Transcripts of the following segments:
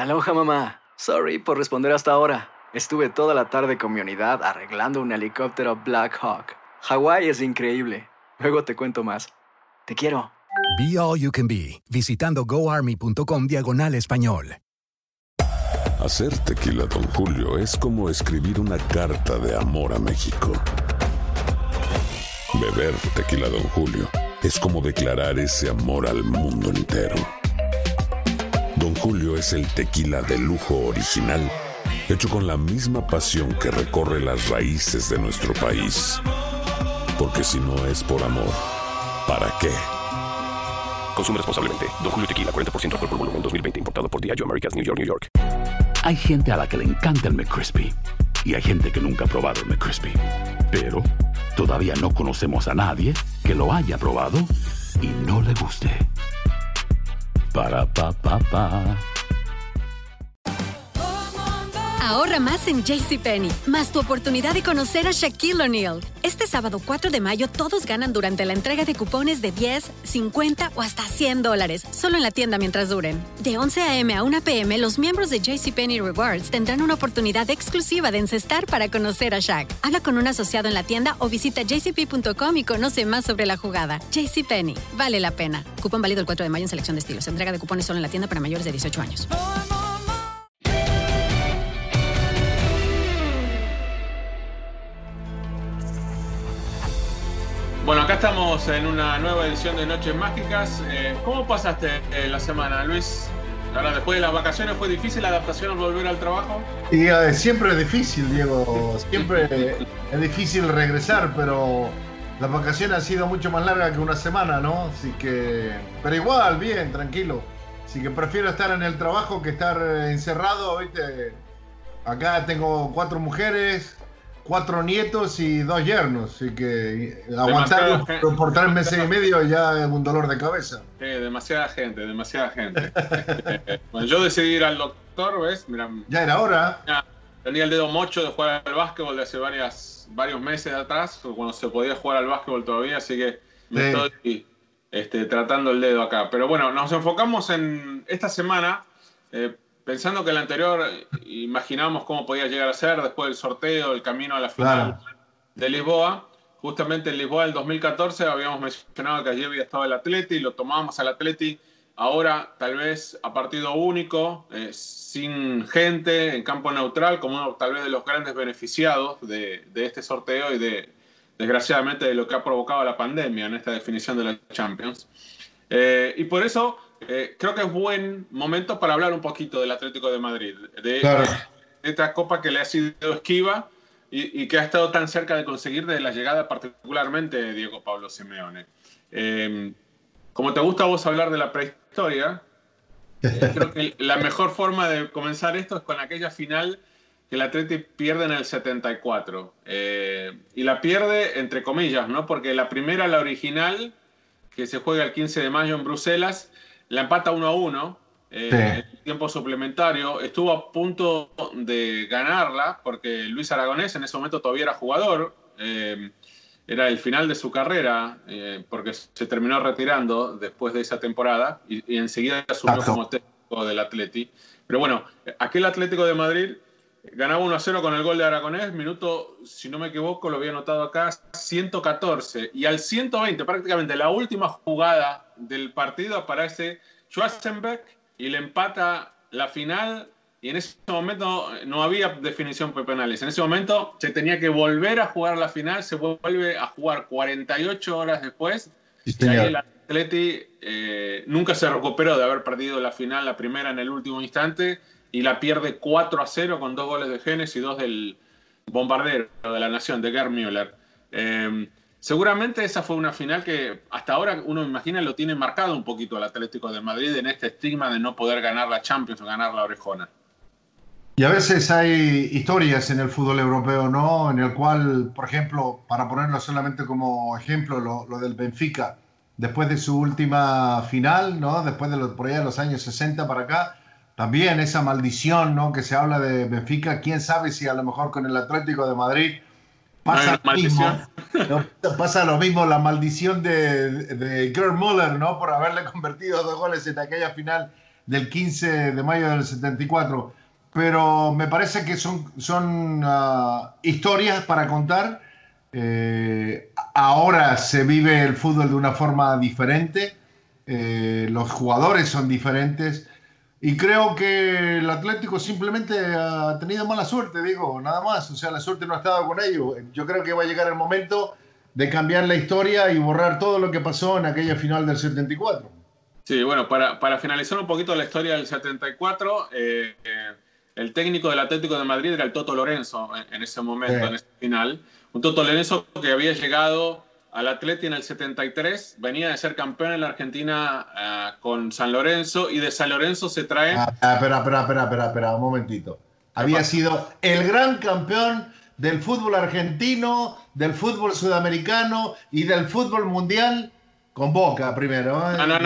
Aloha, mamá. Sorry por responder hasta ahora. Estuve toda la tarde con mi unidad arreglando un helicóptero Black Hawk. Hawái es increíble. Luego te cuento más. Te quiero. Be All You Can Be, visitando goarmy.com/español. Hacer tequila, Don Julio, es como escribir una carta de amor a México. Beber tequila, Don Julio, es como declarar ese amor al mundo entero. Don Julio es el tequila de lujo original, hecho con la misma pasión que recorre las raíces de nuestro país. Porque si no es por amor, ¿para qué? Consume responsablemente. Don Julio Tequila, 40% alcohol por volumen, 2020. Importado por Diageo Americas, New York, New York. Hay gente a la que le encanta el McCrispy y hay gente que nunca ha probado el McCrispy. Pero todavía no conocemos a nadie que lo haya probado y no le guste. Para pa pa pa. Ahorra más en JCPenney, más tu oportunidad de conocer a Shaquille O'Neal. Este sábado 4 de mayo todos ganan durante la entrega de cupones de 10, 50 o hasta $100, solo en la tienda mientras duren. De 11 a.m. a 1 p.m., los miembros de JCPenney Rewards tendrán una oportunidad exclusiva de encestar para conocer a Shaq. Habla con un asociado en la tienda o visita jcp.com y conoce más sobre la jugada. JCPenney, vale la pena. Cupón válido el 4 de mayo en selección de estilos. Entrega de cupones solo en la tienda para mayores de 18 años. Bueno, acá estamos en una nueva edición de Noches Mágicas. ¿Cómo pasaste la semana, Luis? Ahora, después de las vacaciones, ¿fue difícil la adaptación al volver al trabajo? Y siempre es difícil, Diego. Siempre es difícil regresar, pero las vacaciones han sido mucho más largas que una semana, ¿no? Así que, pero igual, bien, tranquilo. Así que prefiero estar en el trabajo que estar encerrado, ¿viste? Acá tengo 4 mujeres, 4 nietos y 2 yernos, así que aguantarlo por 3 meses y medio ya es un dolor de cabeza. Demasiada gente. Bueno, yo decidí ir al doctor, ¿ves? Mirá, ya era hora. Tenía el dedo mocho de jugar al básquetbol de hace varios meses atrás, cuando se podía jugar al básquetbol todavía, así que me estoy tratando el dedo acá. Pero bueno, nos enfocamos en esta semana, pensando que el anterior imaginábamos cómo podía llegar a ser después del sorteo, el camino a la final de Lisboa. Justamente en Lisboa del 2014 habíamos mencionado que allí había estado el Atleti, lo tomábamos al Atleti. Ahora tal vez a partido único, sin gente, en campo neutral, como uno tal vez de los grandes beneficiados de este sorteo y desgraciadamente de lo que ha provocado la pandemia en esta definición de la Champions. Y por eso creo que es buen momento para hablar un poquito del Atlético de Madrid, de esta copa que le ha sido esquiva y que ha estado tan cerca de conseguir desde la llegada particularmente de Diego Pablo Simeone. Como te gusta a vos hablar de la prehistoria, creo que la mejor forma de comenzar esto es con aquella final que el Atlético pierde en el 74. Y la pierde entre comillas, ¿no? Porque la primera, la original, que se juega el 15 de mayo en Bruselas, la empata 1-1 en tiempo suplementario. Estuvo a punto de ganarla porque Luis Aragonés en ese momento todavía era jugador. Era el final de su carrera porque se terminó retirando después de esa temporada y enseguida asumió como técnico del Atleti. Pero bueno, aquel Atlético de Madrid ganaba 1-0 con el gol de Aragonés, minuto, si no me equivoco, lo había anotado acá, 114. Y al 120, prácticamente la última jugada del partido, aparece Schwarzenberg y le empata la final. Y en ese momento no había definición por penales. En ese momento se tenía que volver a jugar la final, se vuelve a jugar 48 horas después. Sí, y ahí el Atleti nunca se recuperó de haber perdido la final, la primera en el último instante, y la pierde 4-0 con 2 goles de Genes y 2 del bombardero de la Nación, de Gerd Müller. Seguramente esa fue una final que hasta ahora uno imagina lo tiene marcado un poquito al Atlético de Madrid en este estigma de no poder ganar la Champions o ganar la Orejona. Y a veces hay historias en el fútbol europeo, ¿no? En el cual, por ejemplo, para ponerlo solamente como ejemplo, lo del Benfica, después de su última final, ¿no? Después de por allá de los años 60 para acá, también esa maldición, ¿no? Que se habla de Benfica, quién sabe si a lo mejor con el Atlético de Madrid pasa lo mismo, ¿no? Pasa lo mismo, la maldición de Gerd Müller, ¿no? Por haberle convertido 2 goles en aquella final del 15 de mayo del 74. Pero me parece que son historias para contar. Ahora se vive el fútbol de una forma diferente. Los jugadores son diferentes. Y creo que el Atlético simplemente ha tenido mala suerte, digo, nada más. O sea, la suerte no ha estado con ellos. Yo creo que va a llegar el momento de cambiar la historia y borrar todo lo que pasó en aquella final del 74. Sí, bueno, para finalizar un poquito la historia del 74, el técnico del Atlético de Madrid era el Toto Lorenzo en ese momento, en ese final. Un Toto Lorenzo que había llegado al Atleti en el 73, venía de ser campeón en la Argentina con San Lorenzo, y de San Lorenzo se trae... Espera, un momentito. Había sido el gran campeón del fútbol argentino, del fútbol sudamericano y del fútbol mundial con Boca primero.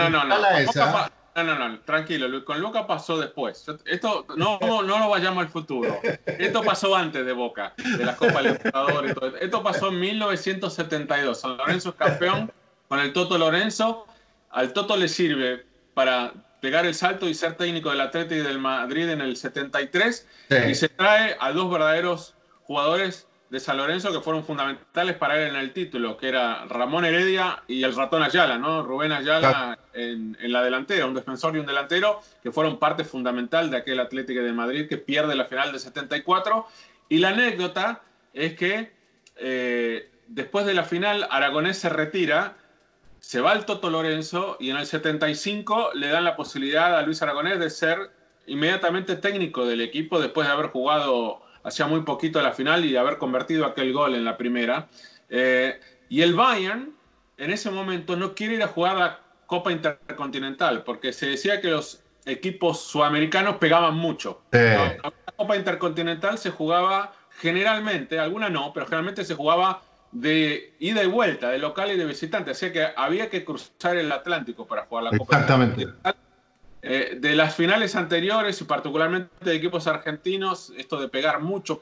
No, tranquilo, Luis, con Boca pasó después. Esto no lo vayamos al futuro. Esto pasó antes de Boca, de las Copas Libertadores y todo esto. Esto pasó en 1972. San Lorenzo es campeón con el Toto Lorenzo. Al Toto le sirve para pegar el salto y ser técnico del Atlético y del Madrid en el 73. Sí. Y se trae a dos verdaderos jugadores de San Lorenzo que fueron fundamentales para él en el título, que era Ramón Heredia y el Ratón Ayala, ¿no? Rubén Ayala en la delantera, un defensor y un delantero, que fueron parte fundamental de aquel Atlético de Madrid que pierde la final del 74. Y la anécdota es que después de la final Aragonés se retira, se va al Toto Lorenzo, y en el 75 le dan la posibilidad a Luis Aragonés de ser inmediatamente técnico del equipo después de haber jugado hacía muy poquito la final y haber convertido aquel gol en la primera. Y el Bayern en ese momento no quiere ir a jugar la Copa Intercontinental porque se decía que los equipos sudamericanos pegaban mucho. La Copa Intercontinental se jugaba generalmente, alguna no, pero generalmente se jugaba de ida y vuelta, de local y de visitante. Así que había que cruzar el Atlántico para jugar la Copa Intercontinental. De las finales anteriores y particularmente de equipos argentinos, esto de pegar mucho,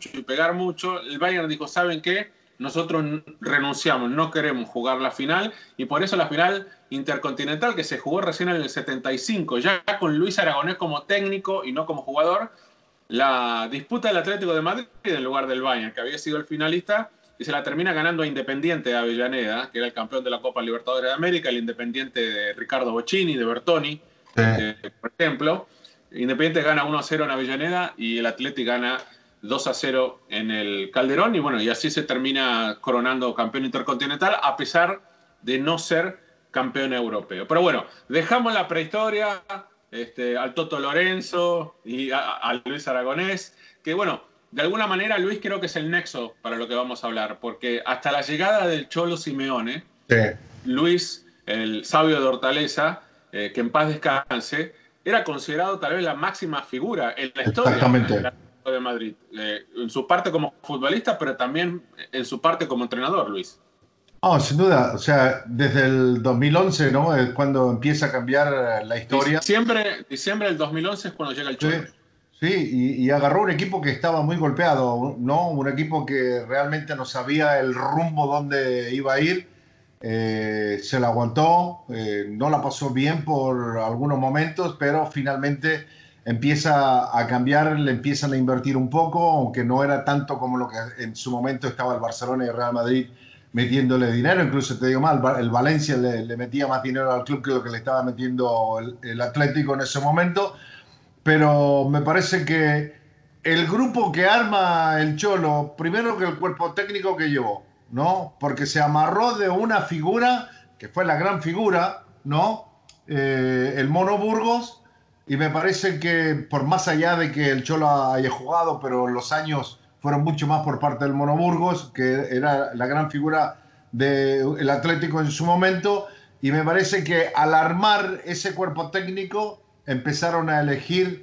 el Bayern dijo, ¿saben qué? Nosotros renunciamos, no queremos jugar la final, y por eso la final intercontinental que se jugó recién en el 75, ya con Luis Aragonés como técnico y no como jugador, la disputa del Atlético de Madrid en lugar del Bayern, que había sido el finalista, y se la termina ganando a Independiente de Avellaneda, que era el campeón de la Copa Libertadores de América, el Independiente de Ricardo Bocchini, de Bertoni. Por ejemplo, Independiente gana 1-0 en Avellaneda y el Atlético gana 2-0 en el Calderón, y bueno, y así se termina coronando campeón intercontinental a pesar de no ser campeón europeo. Pero bueno, dejamos la prehistoria al Toto Lorenzo y a Luis Aragonés, que bueno, de alguna manera Luis creo que es el nexo para lo que vamos a hablar, porque hasta la llegada del Cholo Simeone, Luis, el sabio de Hortaleza, que en paz descanse, era considerado tal vez la máxima figura en la historia de Madrid, en su parte como futbolista, pero también en su parte como entrenador, Luis. Sin duda, o sea, desde el 2011, ¿no? Es cuando empieza a cambiar la historia. Diciembre del 2011 es cuando llega el Cholo. Sí, y agarró un equipo que estaba muy golpeado, ¿no? Un equipo que realmente no sabía el rumbo dónde iba a ir. Se la aguantó, no la pasó bien por algunos momentos, pero finalmente empieza a cambiar, le empiezan a invertir un poco, aunque no era tanto como lo que en su momento estaba el Barcelona y el Real Madrid metiéndole dinero. Incluso te digo mal, el Valencia le metía más dinero al club que lo que le estaba metiendo el Atlético en ese momento. Pero me parece que el grupo que arma el Cholo, primero que el cuerpo técnico que llevó, ¿no? Porque se amarró de una figura que fue la gran figura, ¿no? El Mono Burgos, y me parece que por más allá de que el Cholo haya jugado, pero los años fueron mucho más por parte del Mono Burgos, que era la gran figura del Atlético en su momento, y me parece que al armar ese cuerpo técnico empezaron a elegir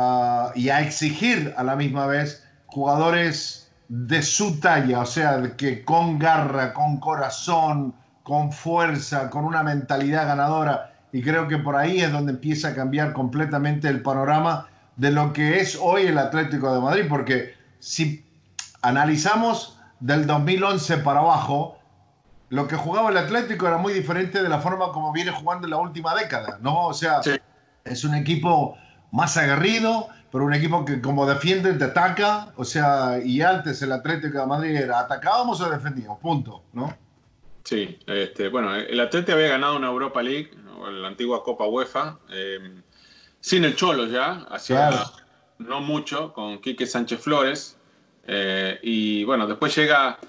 y a exigir a la misma vez jugadores de su talla, o sea, que con garra, con corazón, con fuerza, con una mentalidad ganadora, y creo que por ahí es donde empieza a cambiar completamente el panorama de lo que es hoy el Atlético de Madrid, porque si analizamos del 2011 para abajo, lo que jugaba el Atlético era muy diferente de la forma como viene jugando en la última década, ¿no? O sea, Es un equipo más aguerrido, pero un equipo que como defiende te ataca, o sea, y antes el Atlético de Madrid era atacábamos o defendíamos, punto, ¿no? Sí, bueno, el Atlético había ganado una Europa League, la antigua Copa UEFA, sin el Cholo ya, hacía no mucho, con Quique Sánchez Flores, y bueno, después llega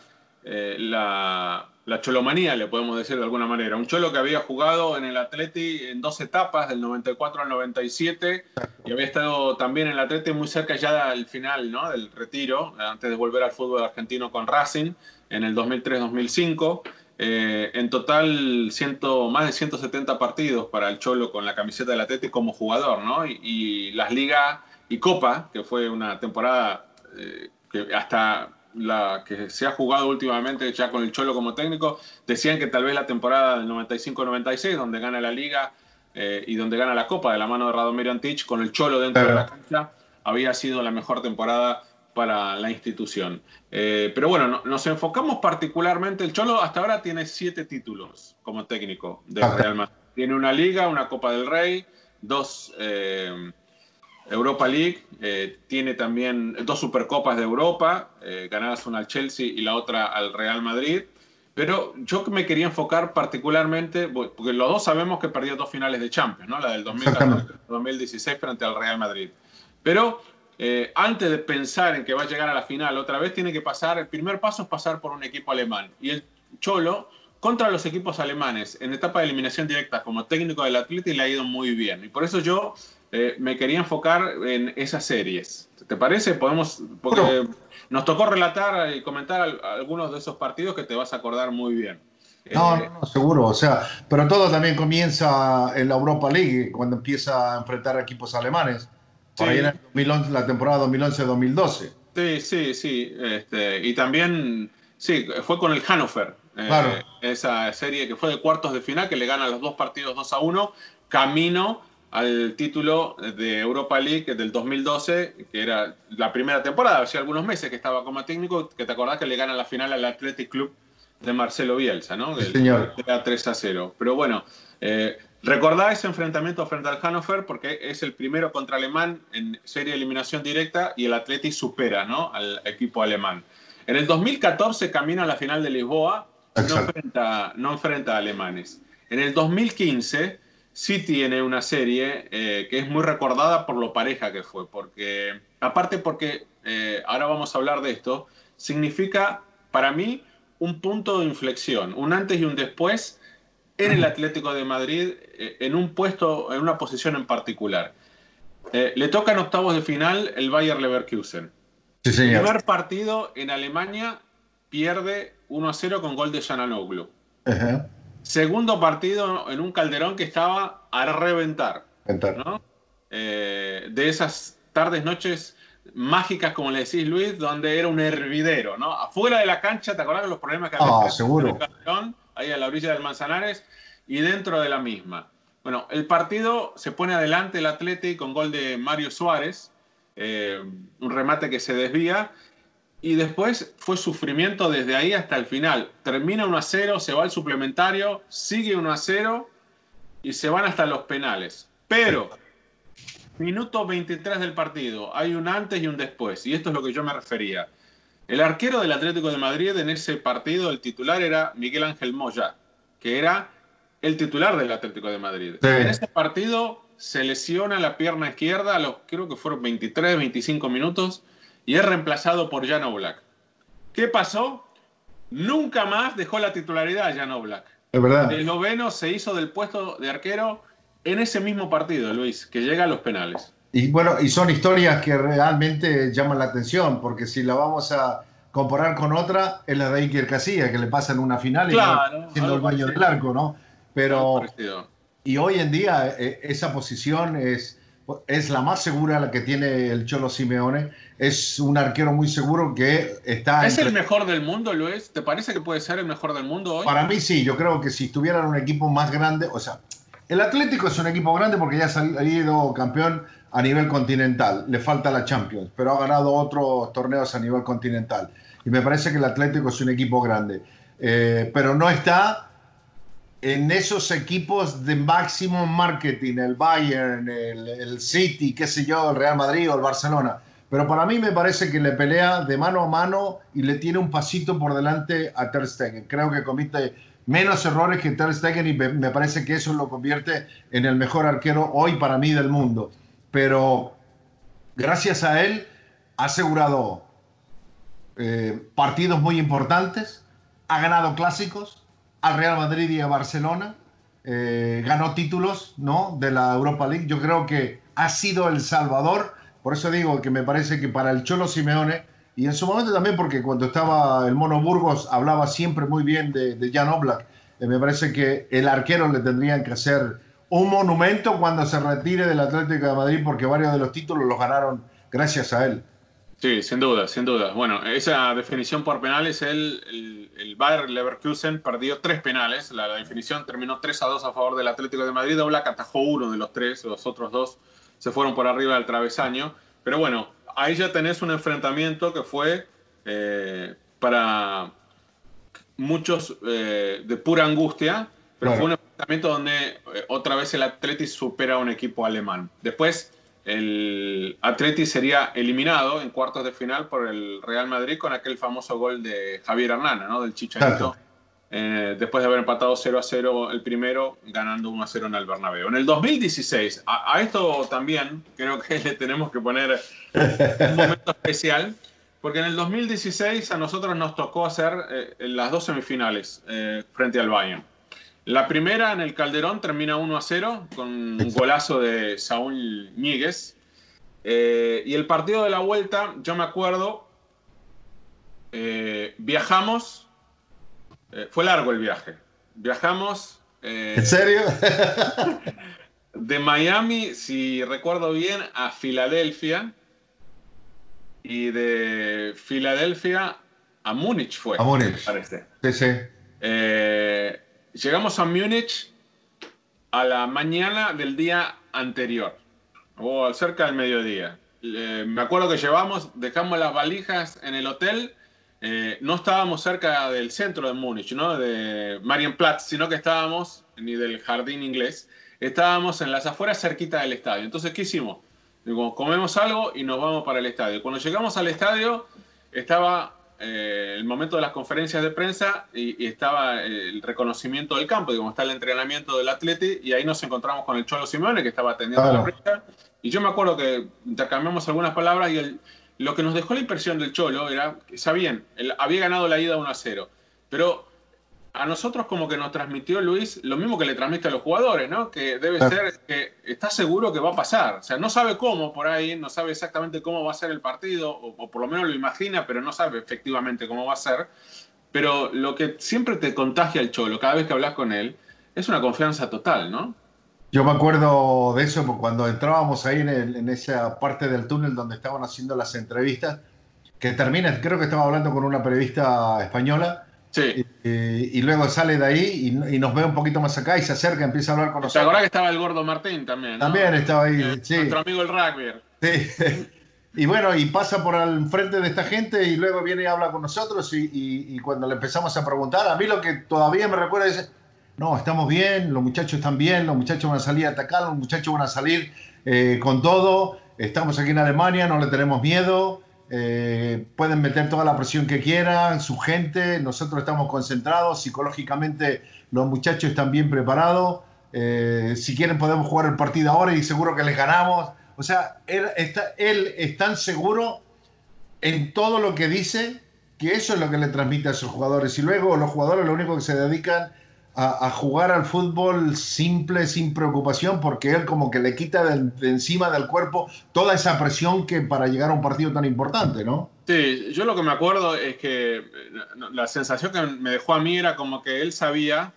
la cholomanía, le podemos decir de alguna manera. Un Cholo que había jugado en el Atleti en 2 etapas, del 94 al 97, y había estado también en el Atleti muy cerca ya del final, ¿no? Del retiro, antes de volver al fútbol argentino con Racing, en el 2003-2005. En total, más de 170 partidos para el Cholo con la camiseta del Atleti como jugador, ¿no? Y las Ligas y Copa, que fue una temporada que hasta la que se ha jugado últimamente ya con el Cholo como técnico, decían que tal vez la temporada del 95-96, donde gana la Liga y donde gana la Copa de la mano de Radomir Antic, con el Cholo dentro de la cancha, había sido la mejor temporada para la institución. Pero bueno, nos enfocamos particularmente, el Cholo hasta ahora tiene 7 títulos como técnico del Real Madrid. Tiene una Liga, una Copa del Rey, 2 Europa League, tiene también 2 Supercopas de Europa, ganadas una al Chelsea y la otra al Real Madrid. Pero yo me quería enfocar particularmente, porque los dos sabemos que perdió 2 finales de Champions, ¿no? La del 2014-2016 frente al Real Madrid. Pero antes de pensar en que va a llegar a la final otra vez, tiene que pasar, el primer paso es pasar por un equipo alemán. Y el Cholo, contra los equipos alemanes, en etapa de eliminación directa como técnico del Atleti, le ha ido muy bien. Y por eso yo me quería enfocar en esas series. ¿Te parece? Porque nos tocó relatar y comentar algunos de esos partidos que te vas a acordar muy bien. No, seguro. O sea, pero todo también comienza en la Europa League, cuando empieza a enfrentar equipos alemanes. Por ahí en el 2011, la temporada 2011-2012. Sí. Y también, fue con el Hannover. Claro. Esa serie que fue de cuartos de final, que le gana los 2 partidos 2-1, camino al título de Europa League del 2012, que era la primera temporada, hacía algunos meses que estaba como técnico, que te acordás que le gana la final al Athletic Club de Marcelo Bielsa, ¿no? Sí, señor. Era 3-0. Pero bueno, recordá ese enfrentamiento frente al Hannover, porque es el primero contra alemán en serie de eliminación directa y el Athletic supera, ¿no?, al equipo alemán. En el 2014 camina a la final de Lisboa, no enfrenta a alemanes. En el 2015 sí tiene una serie que es muy recordada por lo pareja que fue, porque ahora vamos a hablar de esto, significa para mí un punto de inflexión, un antes y un después en el Atlético de Madrid, en una posición en particular. Le toca en octavos de final el Bayer Leverkusen. Sí, señor. El primer partido en Alemania pierde 1-0 con gol de Çalhanoğlu. Segundo partido en un Calderón que estaba a reventar, ¿no? De esas tardes, noches mágicas, como le decís, Luis, donde era un hervidero, ¿no? Afuera de la cancha, ¿te acordás de los problemas que había seguro. en el Calderón, ahí a la orilla del Manzanares, y dentro de la misma? Bueno, el partido se pone adelante el Athletic con gol de Mario Suárez, un remate que se desvía, y después fue sufrimiento desde ahí hasta el final. Termina 1-0, se va al suplementario, sigue 1-0 y se van hasta los penales. Pero, minuto 23 del partido, hay un antes y un después, y esto es lo que yo me refería. El arquero del Atlético de Madrid en ese partido, el titular era Miguel Ángel Moya, que era el titular del Atlético de Madrid. Sí. En ese partido se lesiona la pierna izquierda a los, creo que fueron 23, 25 minutos, y es reemplazado por Jan Oblak. ¿Qué pasó? Nunca más dejó la titularidad Jan Oblak. Es verdad. El noveno se hizo del puesto de arquero en ese mismo partido, Luis, que llega a los penales. Y bueno, y son historias que realmente llaman la atención, porque si la vamos a comparar con otra, es la de Iker Casillas, que le pasa en una final, claro, y siendo el dueño del arco, ¿no? Pero, y hoy en día esa posición es la más segura, la que tiene el Cholo Simeone. Es un arquero muy seguro que está... ¿Es el mejor del mundo, Luis? ¿Te parece que puede ser el mejor del mundo hoy? Para mí sí, yo creo que si estuvieran un equipo más grande, o sea, el Atlético es un equipo grande porque ya ha salido campeón a nivel continental, le falta la Champions, pero ha ganado otros torneos a nivel continental. Y me parece que el Atlético es un equipo grande, pero no está en esos equipos de máximo marketing, el Bayern, el City, qué sé yo, el Real Madrid o el Barcelona. Pero para mí me parece que le pelea de mano a mano y le tiene un pasito por delante a Ter Stegen. Creo que comete menos errores que Ter Stegen y me parece que eso lo convierte en el mejor arquero hoy para mí del mundo. Pero gracias a él ha asegurado partidos muy importantes, ha ganado clásicos al Real Madrid y a Barcelona, ganó títulos, ¿no?, de la Europa League. Yo creo que ha sido el salvador. Por eso digo que me parece que para el Cholo Simeone, y en su momento también porque cuando estaba el Mono Burgos hablaba siempre muy bien de Jan Oblak, me parece que el arquero le tendrían que hacer un monumento cuando se retire del Atlético de Madrid, porque varios de los títulos los ganaron gracias a él. Sí, sin duda, sin duda. Bueno, esa definición por penales, el Bayer Leverkusen perdió 3 penales. La definición terminó 3-2 a favor del Atlético de Madrid. Oblak atajó uno de los 3, los otros 2 se fueron por arriba del travesaño. Pero bueno, ahí ya tenés un enfrentamiento que fue para muchos de pura angustia, pero fue un enfrentamiento donde otra vez el Atleti supera a un equipo alemán. Después el Atleti sería eliminado en cuartos de final por el Real Madrid con aquel famoso gol de Javier Hernán, ¿no?, del Chicharito. Después de haber empatado 0-0 el primero, ganando 1-0 en el Bernabéu. En el 2016, a esto también creo que le tenemos que poner un momento especial, porque en el 2016 a nosotros nos tocó hacer las 2 semifinales frente al Bayern. La primera en el Calderón termina 1-0 con un golazo de Saúl Ñíguez. Y el partido de la vuelta, yo me acuerdo, viajamos. Fue largo el viaje. Viajamos. ¿En serio? De Miami, si recuerdo bien, a Filadelfia. Y de Filadelfia a Múnich fue. A Múnich. Parece. Sí, sí. Llegamos a Múnich a la mañana del día anterior, o cerca del mediodía. Me acuerdo que dejamos las valijas en el hotel. No estábamos cerca del centro de Múnich, ¿no?, de Marienplatz, sino que estábamos, ni del jardín inglés, estábamos en las afueras cerquita del estadio. Entonces, ¿qué hicimos? Digo, comemos algo y nos vamos para el estadio. Cuando llegamos al estadio, estaba el momento de las conferencias de prensa y estaba el reconocimiento del campo, digamos, está el entrenamiento del Atleti, y ahí nos encontramos con el Cholo Simeone, que estaba atendiendo la prensa. Y yo me acuerdo que intercambiamos algunas palabras y lo que nos dejó la impresión del Cholo era que, sabían, él había ganado la ida 1-0, pero a nosotros como que nos transmitió, Luis, lo mismo que le transmite a los jugadores, ¿no? Que debe ser que está seguro que va a pasar. O sea, no sabe cómo por ahí, no sabe exactamente cómo va a ser el partido, o por lo menos lo imagina, pero no sabe efectivamente cómo va a ser. Pero lo que siempre te contagia el Cholo, cada vez que hablas con él, es una confianza total, ¿no? Yo me acuerdo de eso cuando entrábamos ahí en esa parte del túnel donde estaban haciendo las entrevistas, que termina, creo que estaba hablando con una periodista española. Sí. Y luego sale de ahí y nos ve un poquito más acá y se acerca, empieza a hablar con nosotros. ¿Te acordás que estaba el Gordo Martín también, ¿no? También estaba ahí, sí. Nuestro amigo el rugby. Sí. Y bueno, y pasa por al frente de esta gente y luego viene y habla con nosotros y cuando le empezamos a preguntar, a mí lo que todavía me recuerda es, no, estamos bien, los muchachos están bien, los muchachos van a salir a atacar, los muchachos van a salir con todo, estamos aquí en Alemania, no le tenemos miedo. Pueden meter toda la presión que quieran, su gente, nosotros estamos concentrados, psicológicamente los muchachos están bien preparados, si quieren podemos jugar el partido ahora y seguro que les ganamos. O sea, él es tan seguro en todo lo que dice que eso es lo que le transmite a sus jugadores, y luego los jugadores lo único que se dedican a jugar al fútbol simple, sin preocupación, porque él como que le quita de encima del cuerpo toda esa presión que para llegar a un partido tan importante, ¿no? Sí, yo lo que me acuerdo es que la sensación que me dejó a mí era como que él sabía,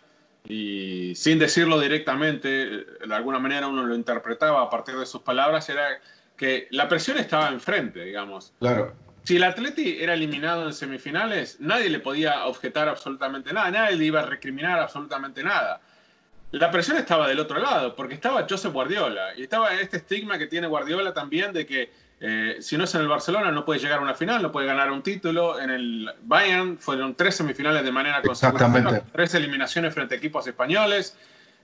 y sin decirlo directamente, de alguna manera uno lo interpretaba a partir de sus palabras, era que la presión estaba enfrente, digamos. Claro. Si el Atleti era eliminado en semifinales, nadie le podía objetar absolutamente nada, nadie le iba a recriminar absolutamente nada. la presión estaba del otro lado, porque estaba Josep Guardiola. Y estaba este estigma que tiene Guardiola también de que si no es en el Barcelona no puede llegar a una final, no puede ganar un título. En el Bayern fueron 3 semifinales de manera consecutiva, 3 eliminaciones frente a equipos españoles.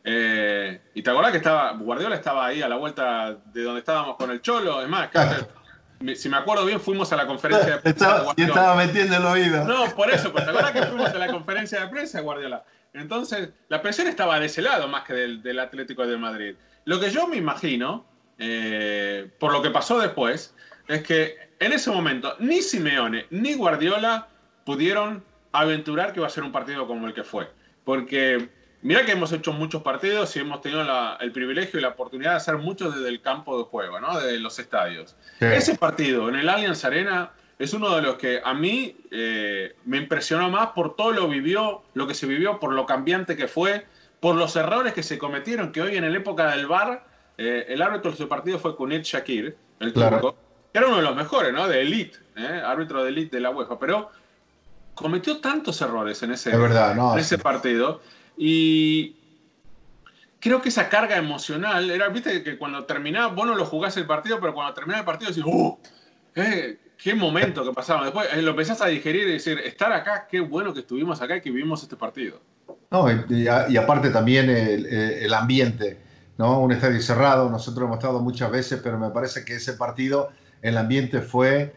Y te acordás que Guardiola estaba ahí a la vuelta de donde estábamos con el Cholo. Es más, si me acuerdo bien, fuimos a la conferencia de prensa. Y estaba metiendo el oído. No, por eso, pues te acordás que fuimos a la conferencia de prensa, Guardiola. Entonces, la presión estaba de ese lado más que del Atlético de Madrid. Lo que yo me imagino, por lo que pasó después, es que en ese momento ni Simeone ni Guardiola pudieron aventurar que iba a ser un partido como el que fue. Porque mirá que hemos hecho muchos partidos y hemos tenido el privilegio y la oportunidad de hacer muchos desde el campo de juego, ¿no? Desde los estadios. Sí. Ese partido en el Allianz Arena es uno de los que a mí me impresionó más por todo lo que se vivió, por lo cambiante que fue, por los errores que se cometieron, que hoy en la época del VAR, el árbitro de ese partido fue Cunit Shakir, el turco, que era uno de los mejores, ¿no? De elite, árbitro de elite de la UEFA, pero cometió tantos errores en ese partido. Y creo que esa carga emocional era, viste, que cuando terminaba, vos no lo jugás el partido, pero cuando terminaba el partido decís, qué momento que pasaba. Después lo empezás a digerir y decir, estar acá, qué bueno que estuvimos acá y que vivimos este partido. No, y aparte también el ambiente, ¿no? Un estadio cerrado, nosotros hemos estado muchas veces, pero me parece que ese partido, el ambiente fue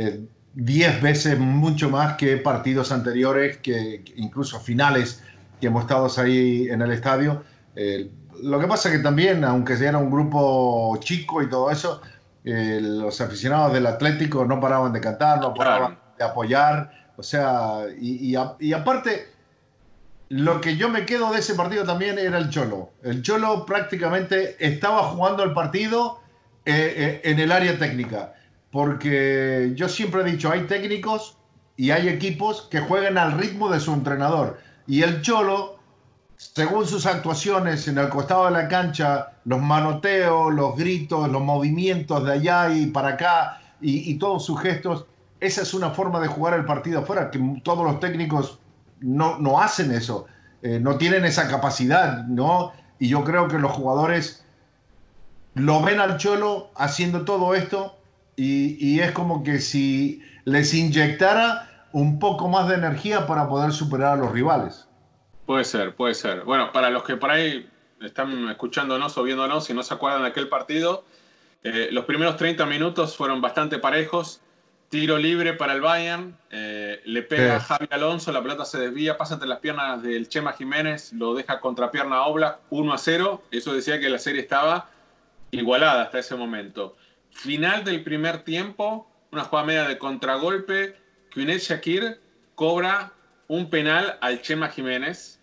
10 veces mucho más que partidos anteriores, que incluso finales que hemos estado ahí en el estadio. Lo que pasa es que también, aunque era un grupo chico y todo eso, los aficionados del Atlético no paraban de cantar, no paraban de apoyar. O sea, y aparte, lo que yo me quedo de ese partido también era el Cholo. El Cholo prácticamente estaba jugando el partido en el área técnica. Porque yo siempre he dicho, hay técnicos y hay equipos que juegan al ritmo de su entrenador. Y el Cholo, según sus actuaciones en el costado de la cancha, los manoteos, los gritos, los movimientos de allá y para acá y todos sus gestos, esa es una forma de jugar el partido afuera, que todos los técnicos no hacen eso, no tienen esa capacidad, ¿no? Y yo creo que los jugadores lo ven al Cholo haciendo todo esto y es como que si les inyectara un poco más de energía para poder superar a los rivales. Puede ser. Bueno, para los que por ahí están escuchándonos o viéndonos y no se acuerdan de aquel partido, los primeros 30 minutos fueron bastante parejos. Tiro libre para el Bayern, le pega a Javi Alonso, la pelota se desvía, pasa entre las piernas del Chema Jiménez, lo deja contrapierna a Oblak, 1-0. Eso decía que la serie estaba igualada hasta ese momento. Final del primer tiempo, una jugada media de contragolpe, Cunit Shakir cobra un penal al Chema Jiménez,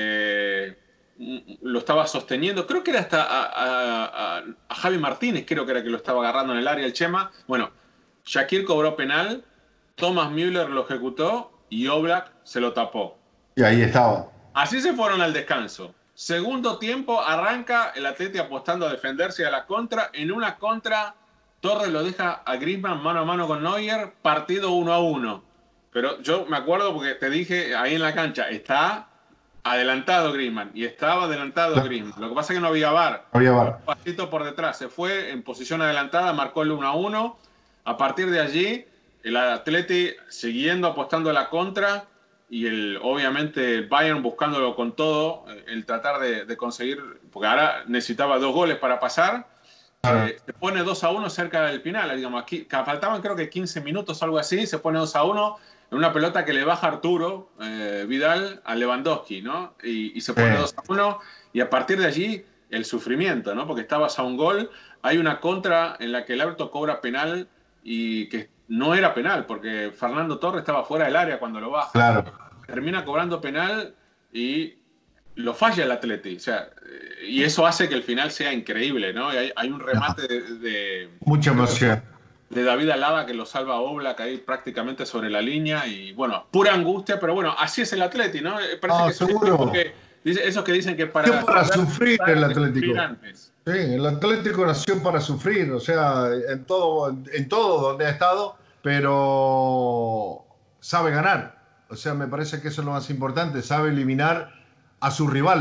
lo estaba sosteniendo, creo que era hasta a Javi Martínez, creo que era que lo estaba agarrando en el área el Chema. Bueno, Shakir cobró penal, Thomas Müller lo ejecutó y Oblak se lo tapó. Y ahí estaba. Así se fueron al descanso. Segundo tiempo, arranca el Atleti apostando a defenderse a la contra. En una contra, Torres lo deja a Griezmann mano a mano con Neuer, partido 1-1. Pero yo me acuerdo porque te dije ahí en la cancha, está adelantado Griezmann y estaba adelantado Griezmann. Lo que pasa es que no había VAR. Un pasito por detrás, se fue en posición adelantada, marcó el 1-1. A partir de allí, el Atleti siguiendo apostando a la contra y obviamente el Bayern buscándolo con todo, el tratar de conseguir, porque ahora necesitaba 2 goles para pasar. Se pone 2-1 cerca del final, digamos, aquí faltaban creo que 15 minutos o algo así, se pone 2-1 en una pelota que le baja Arturo Vidal a Lewandowski, ¿no? Y se pone 2-1 y a partir de allí el sufrimiento, ¿no? Porque estabas a un gol, hay una contra en la que el árbitro cobra penal y que no era penal porque Fernando Torres estaba fuera del área cuando lo baja. Claro. Termina cobrando penal y lo falla el Atleti, o sea, y eso hace que el final sea increíble, ¿no? Y hay un remate de mucha emoción de David Alaba que lo salva a Oblak ahí prácticamente sobre la línea y bueno, pura angustia, pero bueno, así es el Atleti, ¿no? Parece que seguro. Porque esos que dicen que para sufrir el Atlético. Sí, el Atlético nació para sufrir, o sea, en todo donde ha estado, pero sabe ganar. O sea, me parece que eso es lo más importante, sabe eliminar a sus rivales.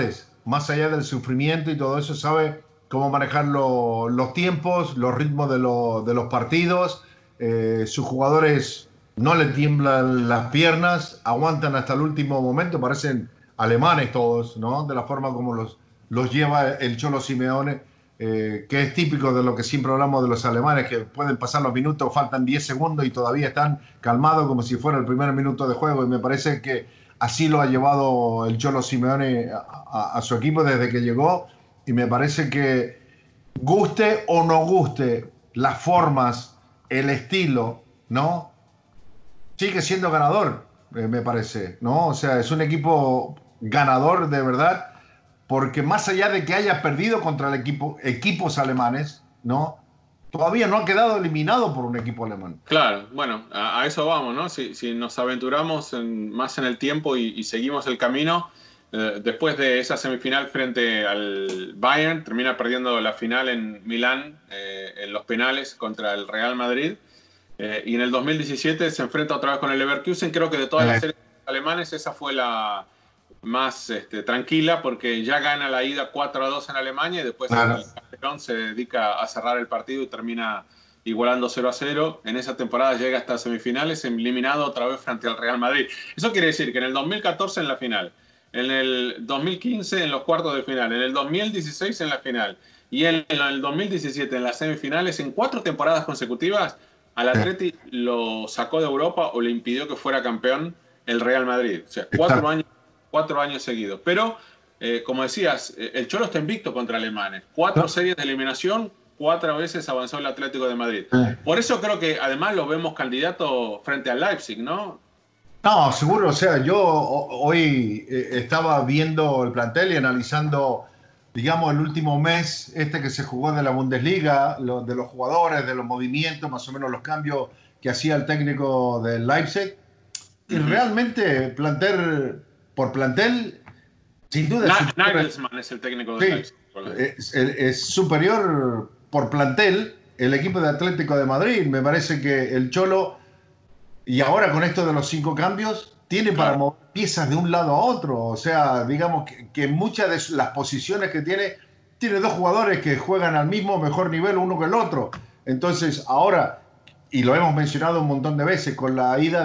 más allá del sufrimiento y todo eso, sabe cómo manejar los tiempos, los ritmos de los partidos. Sus jugadores no le tiemblan las piernas, aguantan hasta el último momento, parecen alemanes todos, ¿no? De la forma como los lleva el Cholo Simeone, que es típico de lo que siempre hablamos de los alemanes, que pueden pasar los minutos, faltan 10 segundos y todavía están calmados como si fuera el primer minuto de juego, y me parece que así lo ha llevado el Cholo Simeone a su equipo desde que llegó, y me parece que guste o no guste las formas, el estilo, ¿no? Sigue siendo ganador, me parece, ¿no? O sea, es un equipo ganador de verdad, porque más allá de que haya perdido contra equipos alemanes, ¿no? Todavía no ha quedado eliminado por un equipo alemán. Claro, bueno, a eso vamos, ¿no? Si nos aventuramos más en el tiempo y seguimos el camino, después de esa semifinal frente al Bayern, termina perdiendo la final en Milán, en los penales contra el Real Madrid, y en el 2017 se enfrenta otra vez con el Leverkusen. Creo que de todas las series alemanes esa fue la más tranquila, porque ya gana la ida 4-2 en Alemania y después el campeón se dedica a cerrar el partido y termina igualando 0-0. En esa temporada llega hasta semifinales, eliminado otra vez frente al Real Madrid. Eso quiere decir que en el 2014 en la final, en el 2015 en los cuartos de final, en el 2016 en la final y en el 2017 en las semifinales, en 4 temporadas consecutivas, al Atleti lo sacó de Europa o le impidió que fuera campeón el Real Madrid. O sea, 4 años seguidos. Pero, como decías, el Cholo está invicto contra alemanes. 4 series de eliminación, 4 veces avanzó el Atlético de Madrid. Por eso creo que además lo vemos candidato frente al Leipzig, ¿no? No, seguro. O sea, yo hoy estaba viendo el plantel y analizando, digamos, el último mes que se jugó de la Bundesliga, de los jugadores, de los movimientos, más o menos los cambios que hacía el técnico del Leipzig. Y realmente plantel por plantel, sin duda. Nagelsmann es el técnico del Leipzig. Es superior por plantel el equipo de Atlético de Madrid. Me parece que el Cholo, y ahora con esto de los 5 cambios, tiene para mover piezas de un lado a otro. O sea, digamos que muchas de las posiciones que tiene 2 jugadores que juegan al mismo mejor nivel uno que el otro. Entonces, ahora, y lo hemos mencionado un montón de veces, con la ida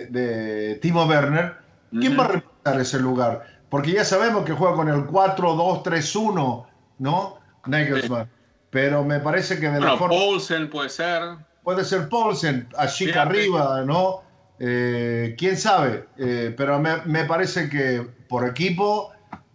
de Timo Werner, ¿quién va a reemplazar ese lugar? Porque ya sabemos que juega con el 4-2-3-1, ¿no? Nagelsmann. Pero me parece que de la forma... Poulsen puede ser. Puede ser Poulsen, Achica arriba, ¿no? ¿Quién sabe? Pero me parece que por equipo...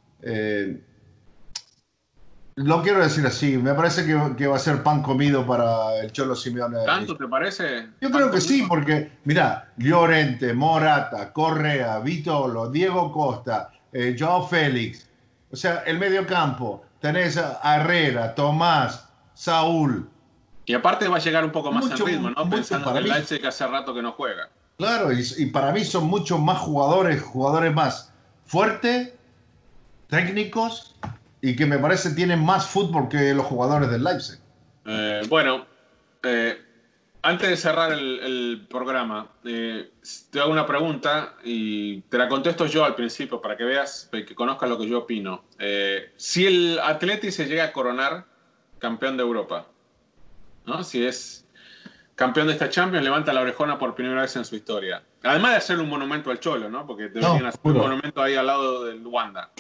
lo quiero decir así, me parece que va a ser pan comido para el Cholo Simeone. ¿Tanto te parece? Yo creo que sí, porque, mirá, Llorente, Morata, Correa, Vitolo, Diego Costa, Joao Félix, o sea, el mediocampo, tenés a Herrera, Tomás, Saúl. Y aparte va a llegar un poco más en ritmo, ¿no? Pensando en el Leipzig que hace rato que no juega. Claro, y para mí son muchos más jugadores más fuertes, técnicos, y que me parece tienen más fútbol que los jugadores del Leipzig. Antes de cerrar el programa, te hago una pregunta y te la contesto yo al principio para que veas, que conozcas lo que yo opino. Si el Atleti se llega a coronar campeón de Europa, ¿no? Si es campeón de esta Champions, levanta la orejona por primera vez en su historia. Además de hacerle un monumento al Cholo, ¿no? Porque deberían hacer un monumento ahí al lado del Wanda.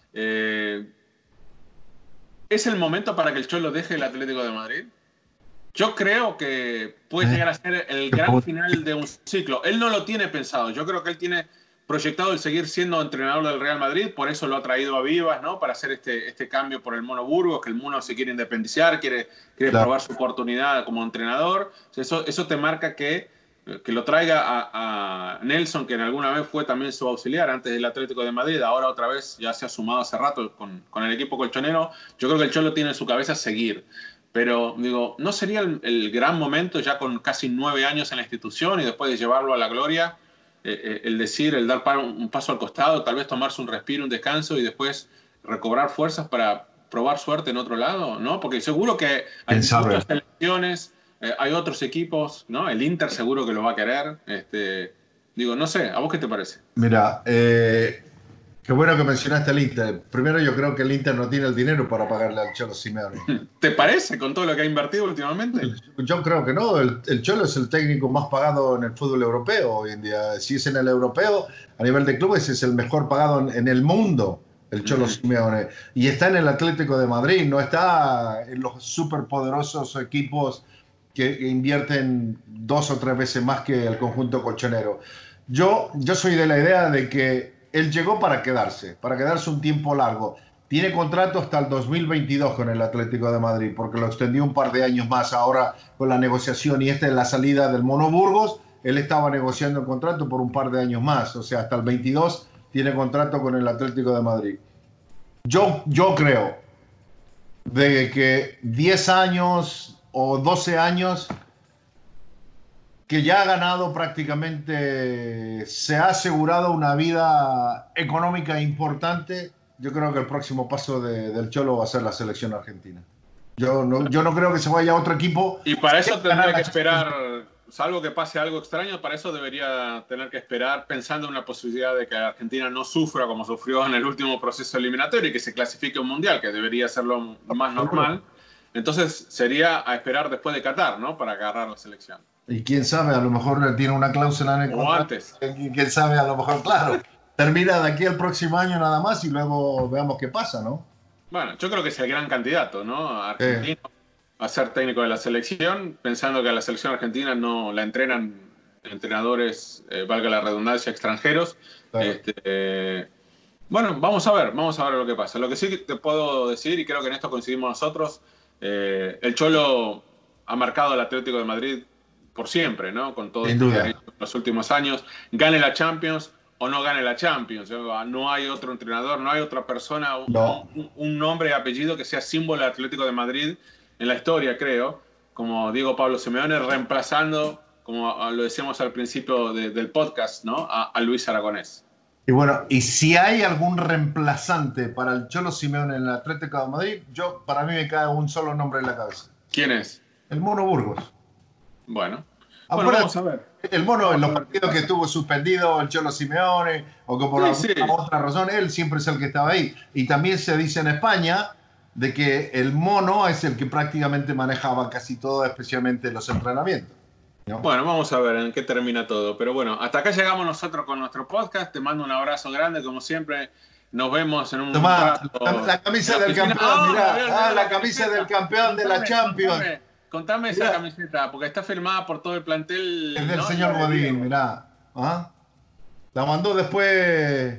¿Es el momento para que el Cholo deje el Atlético de Madrid? Yo creo que puede llegar a ser el gran final de un ciclo. Él no lo tiene pensado. Yo creo que él tiene proyectado el seguir siendo entrenador del Real Madrid. Por eso lo ha traído a Vivas, ¿no? Para hacer este cambio por el Mono Burgos, que el Mono se quiere independizar, quiere probar su oportunidad como entrenador. Eso te marca que lo traiga a Nelson, que en alguna vez fue también su auxiliar antes del Atlético de Madrid. Ahora otra vez ya se ha sumado hace rato con el equipo colchonero. Yo creo que el Cholo tiene en su cabeza seguir. Pero, digo, ¿no sería el gran momento ya con casi 9 años en la institución y después de llevarlo a la gloria, el dar un paso al costado, tal vez tomarse un respiro, un descanso y después recobrar fuerzas para probar suerte en otro lado, ¿no? Porque seguro que hay muchas selecciones, hay otros equipos, ¿no? El Inter seguro que lo va a querer. Digo, no sé, ¿a vos qué te parece? Mira, Qué bueno que mencionaste el Inter. Primero, yo creo que el Inter no tiene el dinero para pagarle al Cholo Simeone. ¿Te parece con todo lo que ha invertido últimamente? Yo creo que no. El Cholo es el técnico más pagado en el fútbol europeo hoy en día. Si es en el europeo, a nivel de clubes, es el mejor pagado en el mundo, el Cholo Simeone. Y está en el Atlético de Madrid, no está en los superpoderosos equipos que invierten 2 o 3 veces más que el conjunto colchonero. Yo soy de la idea de que él llegó para quedarse un tiempo largo. Tiene contrato hasta el 2022 con el Atlético de Madrid, porque lo extendió un par de años más ahora con la negociación y la salida del Mono Burgos. Él estaba negociando el contrato por un par de años más, o sea, hasta el 22 tiene contrato con el Atlético de Madrid. Yo creo de que 10 años o 12 años que ya ha ganado prácticamente, se ha asegurado una vida económica importante. Yo creo que el próximo paso del Cholo va a ser la selección argentina. Yo no creo que se vaya a otro equipo. Y para eso tendría que esperar, salvo que pase algo extraño, para eso debería tener que esperar pensando en una posibilidad de que Argentina no sufra como sufrió en el último proceso eliminatorio y que se clasifique un mundial, que debería ser lo más normal. Entonces sería a esperar después de Qatar, ¿no? Para agarrar la selección. Y quién sabe, a lo mejor tiene una cláusula en el contrato. O antes. Quién sabe, a lo mejor, claro. Termina de aquí al próximo año nada más y luego veamos qué pasa, ¿no? Bueno, yo creo que es el gran candidato, ¿no? Argentino a ser técnico de la selección, pensando que a la selección argentina no la entrenan entrenadores, valga la redundancia, extranjeros. Claro. Bueno, vamos a ver lo que pasa. Lo que sí te puedo decir, y creo que en esto coincidimos nosotros, el Cholo ha marcado al Atlético de Madrid por siempre, ¿no? Con todo esto que ha hecho en los últimos años. Gane la Champions o no gane la Champions. No hay otro entrenador, no hay otra persona, un nombre y apellido que sea símbolo del Atlético de Madrid en la historia, creo, como Diego Pablo Simeone, reemplazando, como lo decíamos al principio del podcast, ¿no? A Luis Aragonés. Y bueno, y si hay algún reemplazante para el Cholo Simeone en el Atlético de Madrid, para mí me cae un solo nombre en la cabeza. ¿Quién es? El Mono Burgos. Bueno, vamos a ver. El Mono, en los partidos que estuvo suspendido el Cholo Simeone, o que por alguna otra razón, él siempre es el que estaba ahí. Y también se dice en España de que el Mono es el que prácticamente manejaba casi todo, especialmente los entrenamientos, ¿no? Bueno, vamos a ver en qué termina todo. Pero bueno, hasta acá llegamos nosotros con nuestro podcast. Te mando un abrazo grande, como siempre. Nos vemos en un rato. La camisa del campeón, mirá. La camisa del campeón de la Champions. Contame esa camiseta, porque está firmada por todo el plantel. Es del señor Godín, mirá. ¿Ah? La mandó después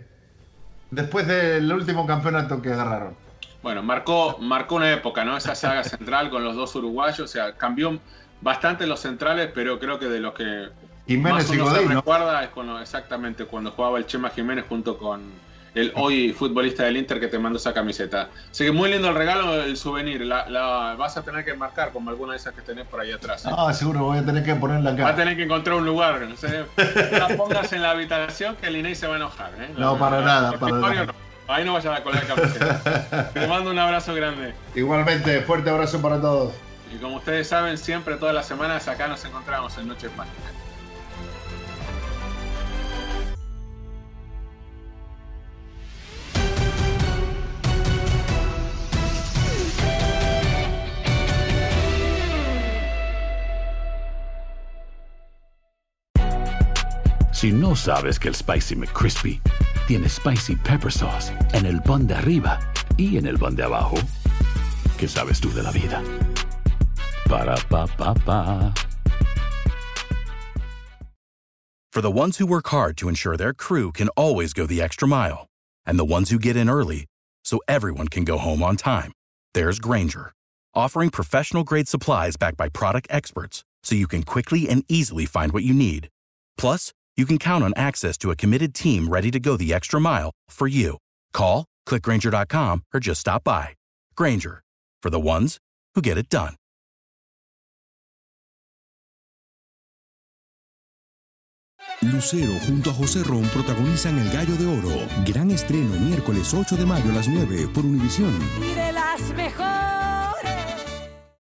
del último campeonato que agarraron. Bueno, marcó una época, ¿no? Esa saga central con los dos uruguayos. O sea, cambió bastante los centrales, pero creo que de los que Jiménez más uno y Godín, se recuerda es exactamente cuando jugaba el Chema Jiménez junto con el hoy futbolista del Inter que te mandó esa camiseta. Así que muy lindo el regalo, el souvenir. La vas a tener que marcar como alguna de esas que tenés por ahí atrás. Ah, seguro, voy a tener que ponerla acá. Vas a tener que encontrar un lugar. No sé, la pongas en la habitación que el Inés se va a enojar. No, para nada. No. Ahí no vayas a colgar camiseta. Te mando un abrazo grande. Igualmente, fuerte abrazo para todos. Y como ustedes saben, siempre, todas las semanas, acá nos encontramos en Noches Mágicas. Si no sabes que el Spicy McCrispy tiene Spicy Pepper Sauce en el pan de arriba y en el pan de abajo, ¿qué sabes tú de la vida? Para, pa, pa, pa. For the ones who work hard to ensure their crew can always go the extra mile, and the ones who get in early so everyone can go home on time, there's Grainger, offering professional-grade supplies backed by product experts so you can quickly and easily find what you need. Plus, you can count on access to a committed team ready to go the extra mile for you. Call, click Grainger.com, or just stop by. Grainger, for the ones who get it done. Lucero junto a José Ron protagonizan El Gallo de Oro. Gran estreno miércoles 8 de mayo a las 9 por Univisión. Y de las mejores.